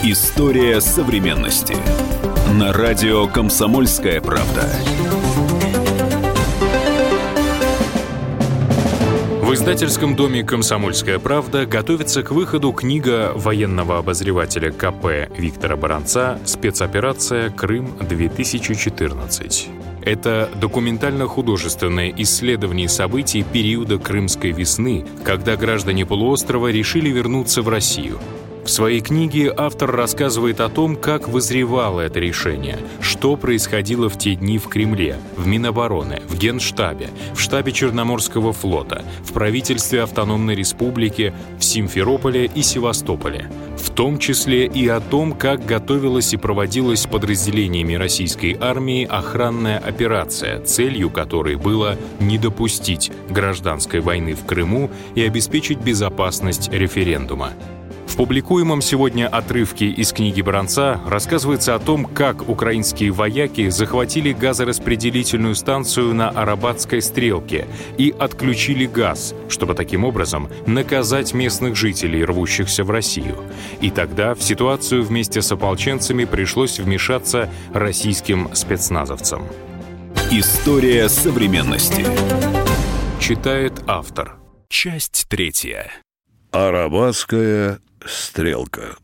История современности. На радио «Комсомольская правда». В издательском доме «Комсомольская правда» готовится к выходу книга военного обозревателя КП Виктора Баранца «Спецоперация Крым-2014». Это документально-художественное исследование событий периода Крымской весны, когда граждане полуострова решили вернуться в Россию. В своей книге автор рассказывает о том, как вызревало это решение, что происходило в те дни в Кремле, в Минобороны, в Генштабе, в штабе Черноморского флота, в правительстве Автономной Республики, в Симферополе и Севастополе. В том числе и о том, как готовилась и проводилась подразделениями российской армии охранная операция, целью которой было не допустить гражданской войны в Крыму и обеспечить безопасность референдума. В публикуемом сегодня отрывке из книги Баранца рассказывается о том, как украинские вояки захватили газораспределительную станцию на Арабатской стрелке и отключили газ, чтобы таким образом наказать местных жителей, рвущихся в Россию. И тогда в ситуацию вместе с ополченцами пришлось вмешаться российским спецназовцам. История современности. Читает автор. Часть 3. Арабатская стрелка.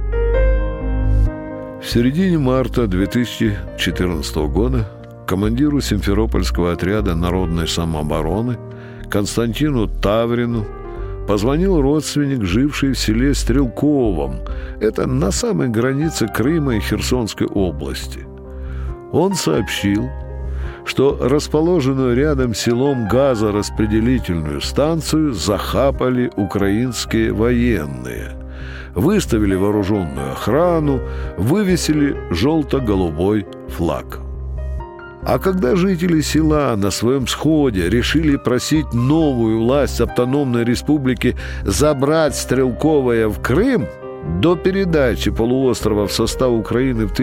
В середине марта 2014 года командиру Симферопольского отряда народной самообороны Константину Таврину позвонил родственник, живший в селе Стрелковом. Это на самой границе Крыма и Херсонской области. Он сообщил, что расположенную рядом с селом газораспределительную станцию захапали украинские военные. Выставили вооруженную охрану, вывесили желто-голубой флаг. А когда жители села на своем сходе решили просить новую власть Автономной Республики забрать Стрелковое в Крым, до передачи полуострова в состав Украины в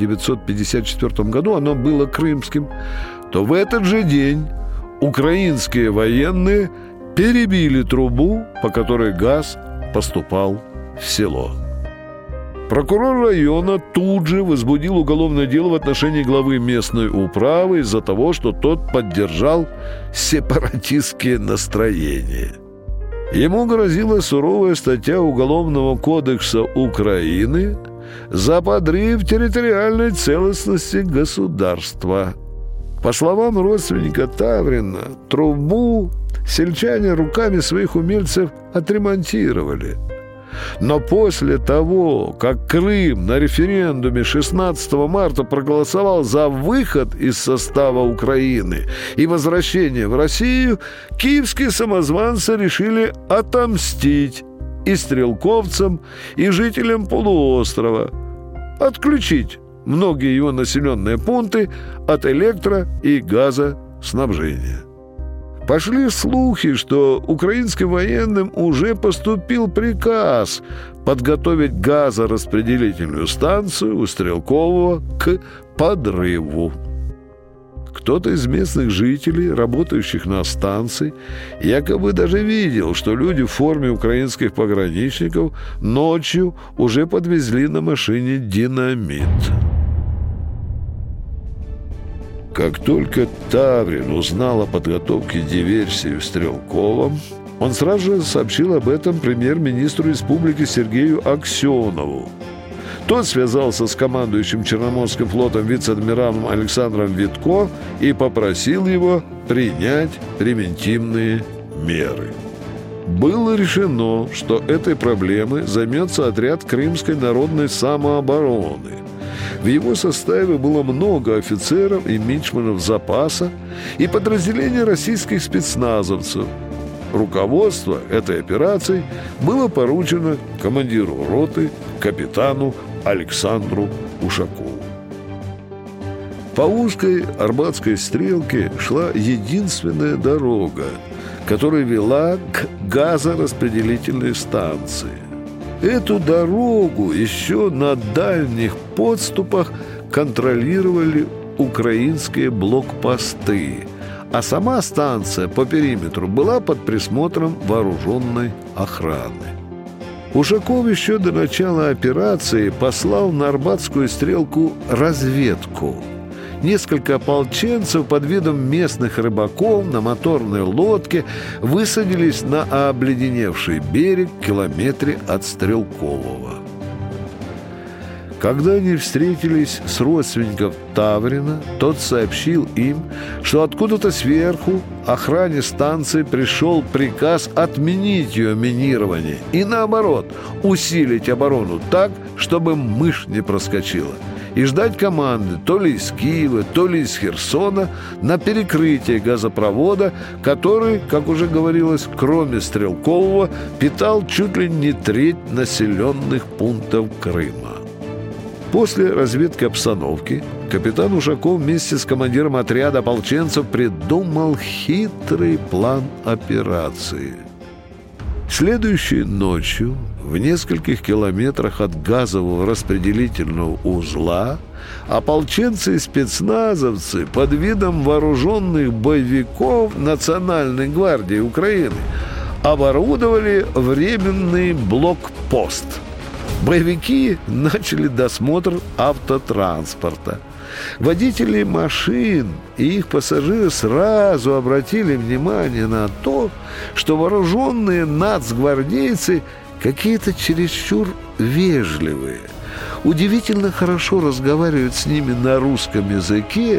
1954 году оно было крымским, то в этот же день украинские военные перебили трубу, по которой газ поступал в село. Прокурор района тут же возбудил уголовное дело в отношении главы местной управы из-за того, что тот поддержал сепаратистские настроения. Ему грозила суровая статья Уголовного кодекса Украины за подрыв территориальной целостности государства. По словам родственника Таврина, трубу сельчане руками своих умельцев отремонтировали. Но после того, как Крым на референдуме 16 марта проголосовал за выход из состава Украины и возвращение в Россию, киевские самозванцы решили отомстить и стрелковцам, и жителям полуострова, отключить многие его населенные пункты от электро- и газоснабжения. Пошли слухи, что украинским военным уже поступил приказ подготовить газораспределительную станцию у Стрелкового к подрыву. Кто-то из местных жителей, работающих на станции, якобы даже видел, что люди в форме украинских пограничников ночью уже подвезли на машине динамит. Как только Таврин узнал о подготовке диверсии в Стрелковом, он сразу же сообщил об этом премьер-министру республики Сергею Аксенову. Тот связался с командующим Черноморским флотом вице-адмиралом Александром Витко и попросил его принять превентивные меры. Было решено, что этой проблемой займется отряд Крымской народной самообороны. В его составе было много офицеров и мичманов запаса и подразделений российских спецназовцев. Руководство этой операцией было поручено командиру роты капитану Александру Ушакову. По узкой Арбатской стрелке шла единственная дорога, которая вела к газораспределительной станции. Эту дорогу еще на дальних подступах контролировали украинские блокпосты, а сама станция по периметру была под присмотром вооруженной охраны. Ушаков еще до начала операции послал на Арбатскую стрелку разведку. Несколько ополченцев под видом местных рыбаков на моторной лодке высадились на обледеневший берег в километре от Стрелкового. Когда они встретились с родственником Таврина, тот сообщил им, что откуда-то сверху охране станции пришел приказ отменить ее минирование и, наоборот, усилить оборону так, чтобы мышь не проскочила, и ждать команды то ли из Киева, то ли из Херсона на перекрытие газопровода, который, как уже говорилось, кроме Стрелкового, питал чуть ли не треть населенных пунктов Крыма. После разведки обстановки капитан Ушаков вместе с командиром отряда ополченцев придумал хитрый план операции. Следующей ночью в нескольких километрах от газового распределительного узла ополченцы и спецназовцы под видом вооруженных боевиков Национальной гвардии Украины оборудовали временный блокпост. Боевики начали досмотр автотранспорта. Водители машин и их пассажиры сразу обратили внимание на то, что вооруженные нацгвардейцы какие-то чересчур вежливые, удивительно хорошо разговаривают с ними на русском языке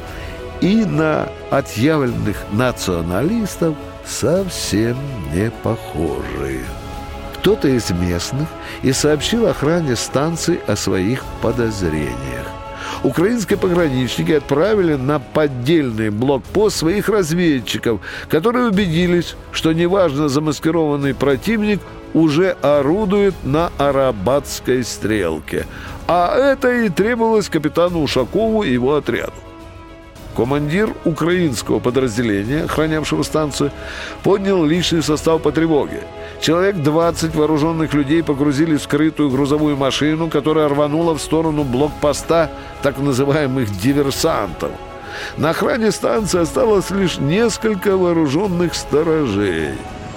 и на отъявленных националистов совсем не похожие. Кто-то из местных и сообщил охране станции о своих подозрениях. Украинские пограничники отправили на поддельный блокпост своих разведчиков, которые убедились, что неважно замаскированный противник уже орудует на Арабатской стрелке. А это и требовалось капитану Ушакову и его отряду. Командир украинского подразделения, охранявшего станцию, поднял личный состав по тревоге. Человек 20 вооруженных людей погрузили в скрытую грузовую машину, которая рванула в сторону блокпоста так называемых диверсантов. На охране станции осталось лишь несколько вооруженных сторожей.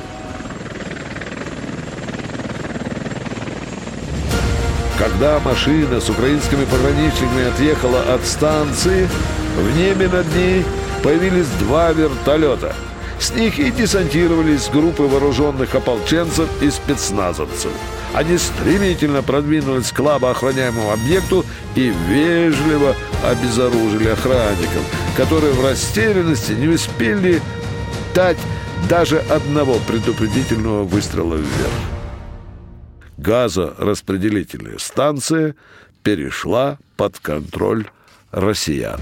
Когда машина с украинскими пограничниками отъехала от станции, в небе над ней появились 2 вертолета. С них и десантировались группы вооруженных ополченцев и спецназовцев. Они стремительно продвинулись к слабо охраняемому объекту и вежливо обезоружили охранников, которые в растерянности не успели дать даже одного предупредительного выстрела вверх. Газораспределительная станция перешла под контроль россиян.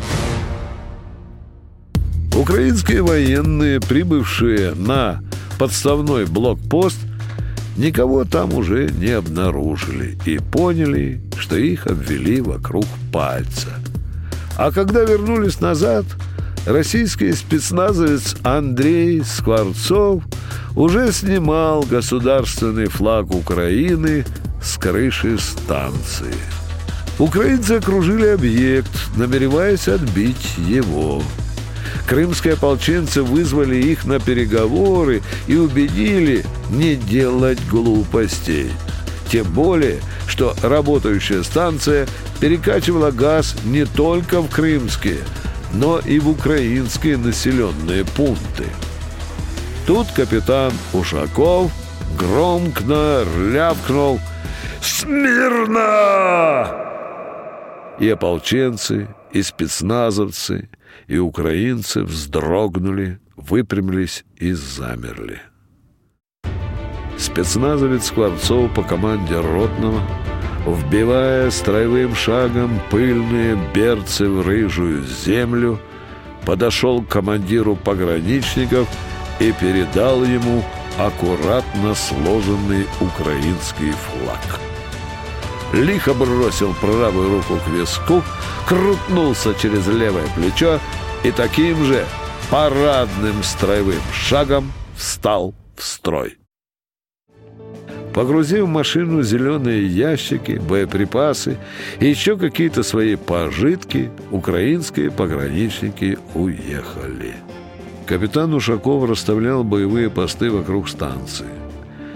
Украинские военные, прибывшие на подставной блокпост, никого там уже не обнаружили и поняли, что их обвели вокруг пальца. А когда вернулись назад, российский спецназовец Андрей Скворцов уже снимал государственный флаг Украины с крыши станции. Украинцы окружили объект, намереваясь отбить его. Крымские ополченцы вызвали их на переговоры и убедили не делать глупостей. Тем более, что работающая станция перекачивала газ не только в крымские, но и в украинские населенные пункты. Тут капитан Ушаков громко рявкнул «Смирно!» И ополченцы, и спецназовцы, и украинцы вздрогнули, выпрямились и замерли. Спецназовец Скворцов по команде ротного, вбивая строевым шагом пыльные берцы в рыжую землю, подошел к командиру пограничников и передал ему аккуратно сложенный украинский флаг. Лихо бросил правую руку к виску, крутнулся через левое плечо и таким же парадным строевым шагом встал в строй. Погрузив в машину зеленые ящики, боеприпасы и еще какие-то свои пожитки, украинские пограничники уехали. Капитан Ушаков расставлял боевые посты вокруг станции.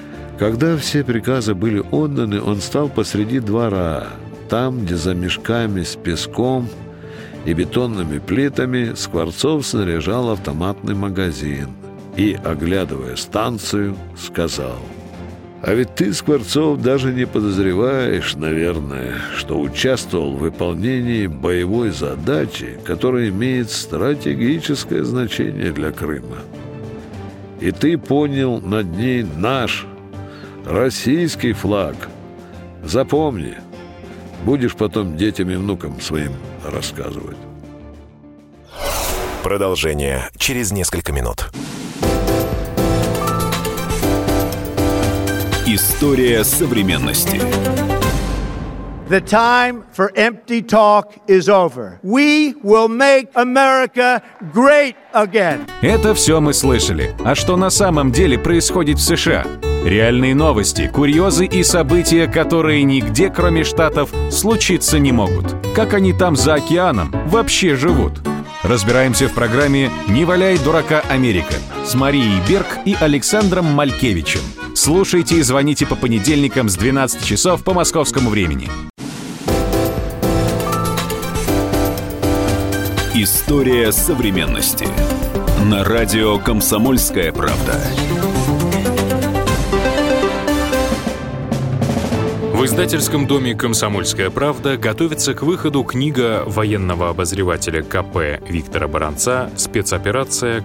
Когда все приказы были отданы, он стал посреди двора, там, где за мешками с песком и бетонными плитами Скворцов снаряжал автоматный магазин и, оглядывая станцию, сказал: «А ведь ты, Скворцов, даже не подозреваешь, наверное, что участвовал в выполнении боевой задачи, которая имеет стратегическое значение для Крыма. И ты понял над ней наш российский флаг. Запомни, будешь потом детям и внукам своим рассказывать». Продолжение через несколько минут. История современности. The time for empty talk is over. We will make America great again. Это все мы слышали. А что на самом деле происходит в США? Реальные новости, курьезы и события, которые нигде, кроме Штатов, случиться не могут. Как они там за океаном вообще живут? Разбираемся в программе «Не валяй дурака, Америка» с Марией Берг и Александром Малькевичем. Слушайте и звоните по понедельникам с 12 часов по московскому времени. История современности. На радио «Комсомольская правда». В издательском доме «Комсомольская правда» готовится к выходу книга военного обозревателя КП Виктора Баранца «Спецоперация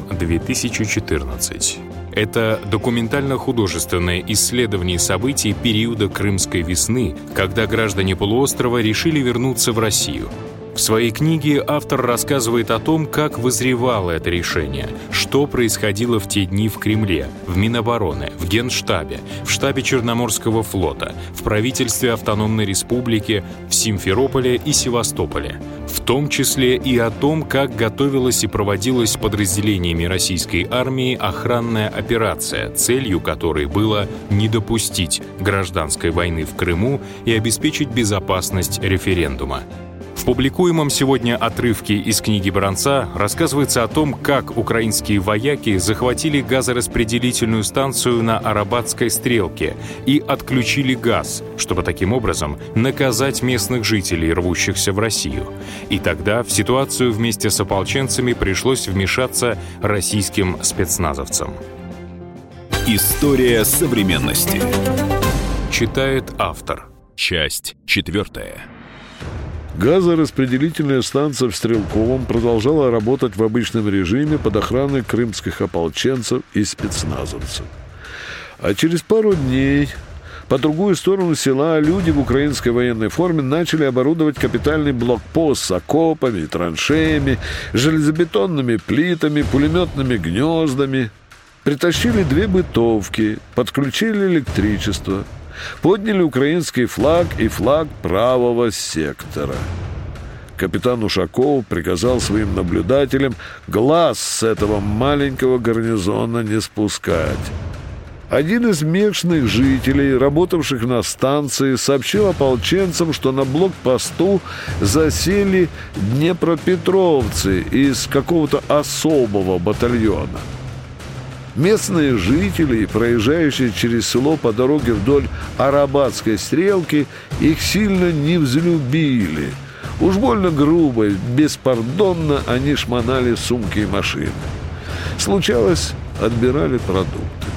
Крым-2014». Это документально-художественное исследование событий периода Крымской весны, когда граждане полуострова решили вернуться в Россию. В своей книге автор рассказывает о том, как вызревало это решение, что происходило в те дни в Кремле, в Минобороны, в Генштабе, в штабе Черноморского флота, в правительстве Автономной Республики, в Симферополе и Севастополе. В том числе и о том, как готовилась и проводилась подразделениями российской армии охранная операция, целью которой было не допустить гражданской войны в Крыму и обеспечить безопасность референдума. В публикуемом сегодня отрывке из книги Баранца рассказывается о том, как украинские вояки захватили газораспределительную станцию на Арабатской стрелке и отключили газ, чтобы таким образом наказать местных жителей, рвущихся в Россию. И тогда в ситуацию вместе с ополченцами пришлось вмешаться российским спецназовцам. История современности. Читает автор. Часть 4. Газораспределительная станция в Стрелковом продолжала работать в обычном режиме под охраной крымских ополченцев и спецназовцев. А через пару дней по другую сторону села люди в украинской военной форме начали оборудовать капитальный блокпост с окопами, траншеями, железобетонными плитами, пулеметными гнездами. Притащили 2 бытовки, подключили электричество, подняли украинский флаг и флаг правого сектора. Капитан Ушаков приказал своим наблюдателям глаз с этого маленького гарнизона не спускать. Один из местных жителей, работавших на станции, сообщил ополченцам, что на блокпосту засели днепропетровцы из какого-то особого батальона. Местные жители, проезжающие через село по дороге вдоль Арабатской стрелки, их сильно не взлюбили. Уж больно грубо, беспардонно они шмонали сумки и машины. Случалось, отбирали продукты.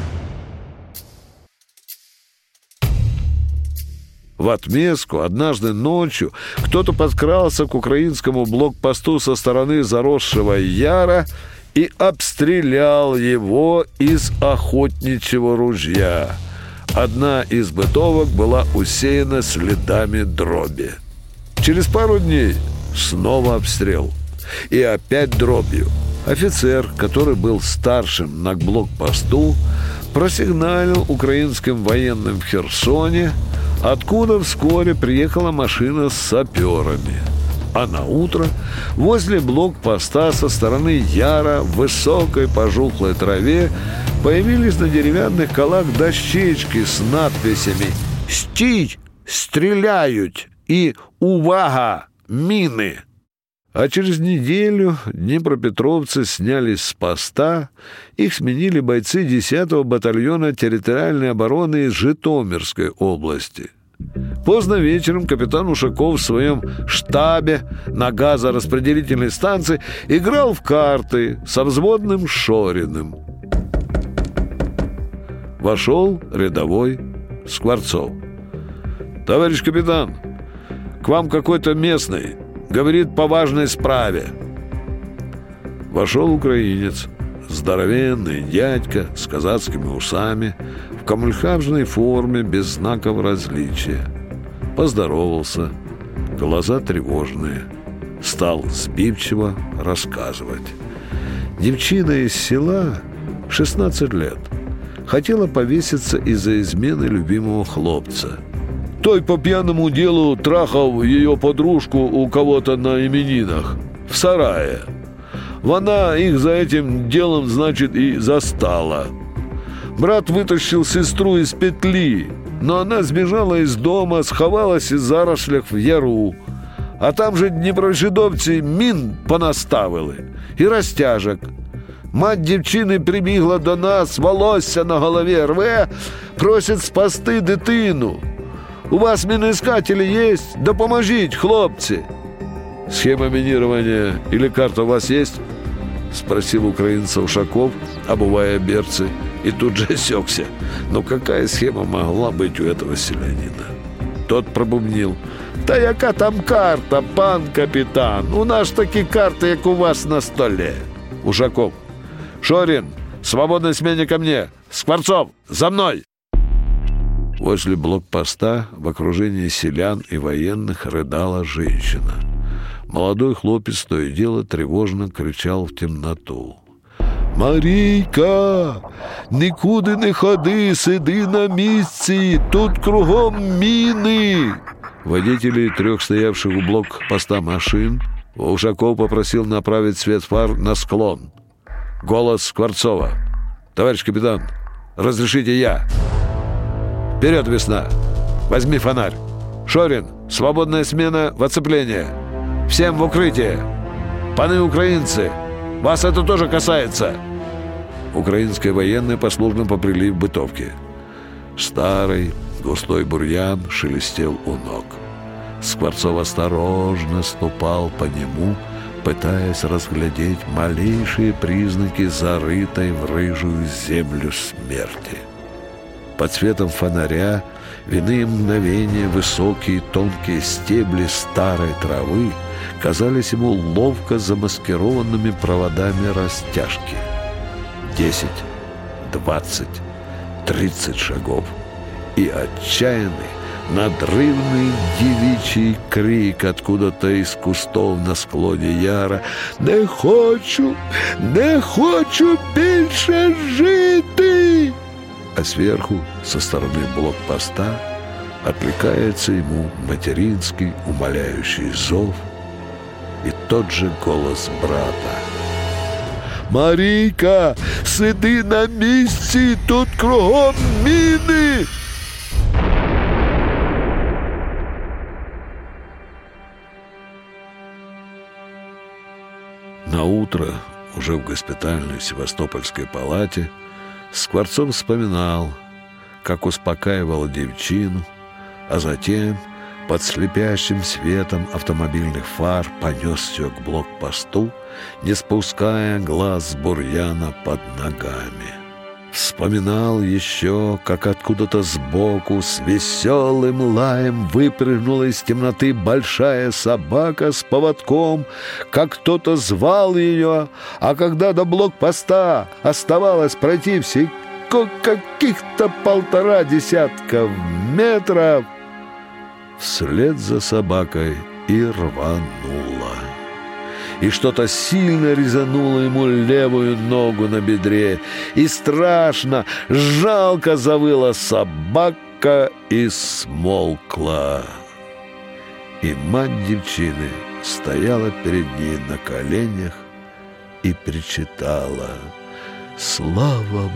В отместку однажды ночью кто-то подкрался к украинскому блокпосту со стороны заросшего яра и обстрелял его из охотничьего ружья. Одна из бытовок была усеяна следами дроби. Через пару дней снова обстрел. И опять дробью. Офицер, который был старшим на блокпосту, просигналил украинским военным в Херсоне, откуда вскоре приехала машина с саперами. А на утро возле блокпоста со стороны яра в высокой пожухлой траве появились на деревянных колах дощечки с надписями «Стій! Стреляют!» и «Увага! Мины!». А через неделю днепропетровцы снялись с поста, их сменили бойцы 10-го батальона территориальной обороны из Житомирской области. Поздно вечером капитан Ушаков в своем штабе на газораспределительной станции играл в карты со взводным Шориным. Вошел рядовой Скворцов. «Товарищ капитан, к вам какой-то местный. Говорит, по важной справе». Вошел украинец, здоровенный дядька с казацкими усами, в камуфляжной форме без знаков различия. Поздоровался, глаза тревожные. Стал сбивчиво рассказывать. Девчина из села, 16 лет, хотела повеситься из-за измены любимого хлопца. Той по пьяному делу трахал ее подружку у кого-то на именинах в сарае. Она их за этим делом, значит, и застала. Брат вытащил сестру из петли, но она сбежала из дома, сховалась из зарослях в яру. А там же дніпрожидовці мін понаставили і розтяжок. Мать дівчини прибігла до нас, волосся на голові рве, просить спасти дитину. У вас міноискателі есть? Допоможіть, хлопці. Схема минирования или карта у вас есть? Спросил украинца Ушаков, обувая берцы, и тут же осекся. Но какая схема могла быть у этого селянина? Тот пробубнил. Та яка там карта, пан капитан? У нас такі карти, як у вас на столе. Ушаков. Шорин, свободной смене ко мне. Скворцов, за мной! Возле блокпоста в окружении селян и военных рыдала женщина. Молодой хлопец то и дело тревожно кричал в темноту. «Марійка, нікуди не ходи, сиди на місці, тут кругом міни!» Водители 3 стоявших у блокпоста машин Ушаков попросил направить свет фар на склон. Голос Скворцова. «Товарищ капитан, разрешите я?» «Вперед, Весна! Возьми фонарь! Шорин, свободная смена в оцепление! Всем в укрытие! Паны украинцы, вас это тоже касается!» Украинские военные послушно побрели в бытовке. Старый густой бурьян шелестел у ног. Скворцов осторожно ступал по нему, пытаясь разглядеть малейшие признаки зарытой в рыжую землю смерти. Под светом фонаря в иные мгновения высокие тонкие стебли старой травы казались ему ловко замаскированными проводами растяжки. 10, 20, 30 шагов, и отчаянный, надрывный девичий крик откуда-то из кустов на склоне яра: «Не хочу більше жити!» А сверху, со стороны блокпоста, откликается ему материнский умоляющий зов и тот же голос брата. «Марійка, сиди на місці, тут кругом міни!» Наутро, уже в госпитальной Севастопольской палате, Скворцов вспоминал, как успокаивал девчину, а затем под слепящим светом автомобильных фар понес ее к блокпосту, не спуская глаз с бурьяна под ногами. Вспоминал еще, как откуда-то сбоку с веселым лаем выпрыгнула из темноты большая собака с поводком, как кто-то звал ее, а когда до блокпоста оставалось пройти всего каких-то 1,5 десятка метров, вслед за собакой и рванула. И что-то сильно резануло ему левую ногу на бедре, и страшно, жалко завыла собака и смолкла. И мать девчины стояла перед ней на коленях и причитала: «Слава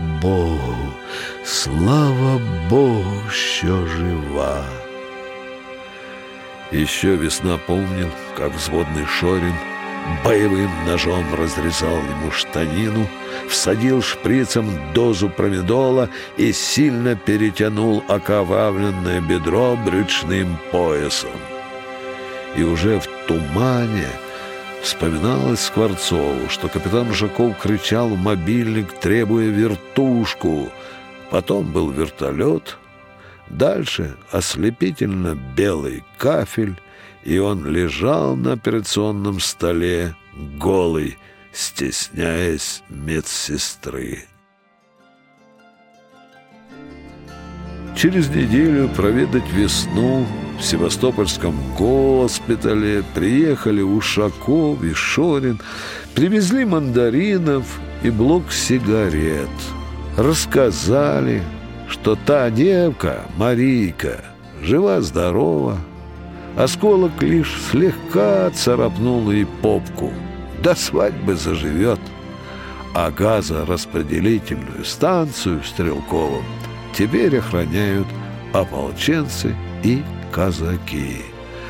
Богу, що жива!» Еще Весна помнил, как взводный Шорин боевым ножом разрезал ему штанину, всадил шприцем дозу промедола и сильно перетянул окровавленное бедро брючным поясом. И уже в тумане вспоминалось Скворцову, что капитан Ушаков кричал в мобильник, требуя вертушку. Потом был вертолет, дальше ослепительно белый кафель, и он лежал на операционном столе голый, стесняясь медсестры. Через неделю проведать весну в Севастопольском госпитале приехали Ушаков и Шорин, привезли мандаринов и блок сигарет. Рассказали, что та девка, Марийка, жива-здорова, осколок лишь слегка царапнул ей попку, до свадьбы заживет, а газораспределительную станцию в Стрелковом теперь охраняют ополченцы и казаки.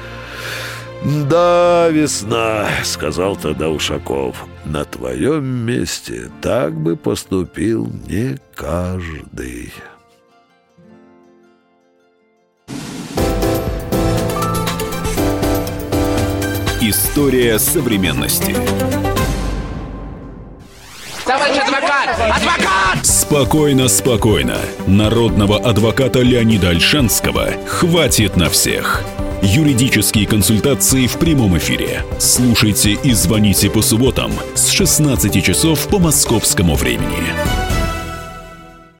«Да, весна», — сказал тогда Ушаков, — «на твоем месте так бы поступил не каждый». История современности. Товарищ адвокат! Адвокат! Спокойно, спокойно. Народного адвоката Леонида Ольшанского хватит на всех. Юридические консультации в прямом эфире. Слушайте и звоните по субботам с 16 часов по московскому времени.